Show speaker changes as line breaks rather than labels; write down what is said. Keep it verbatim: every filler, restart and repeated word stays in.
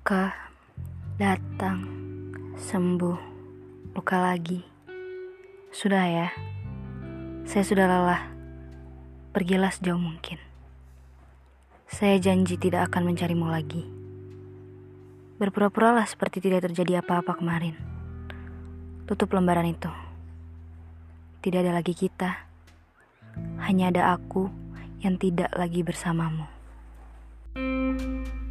Luka, datang, sembuh, luka lagi. Sudah ya, saya sudah lelah. Pergilah sejauh mungkin. Saya janji tidak akan mencarimu lagi. Berpura-puralah seperti tidak terjadi apa-apa kemarin. Tutup lembaran itu. Tidak ada lagi kita. Hanya ada aku yang tidak lagi bersamamu.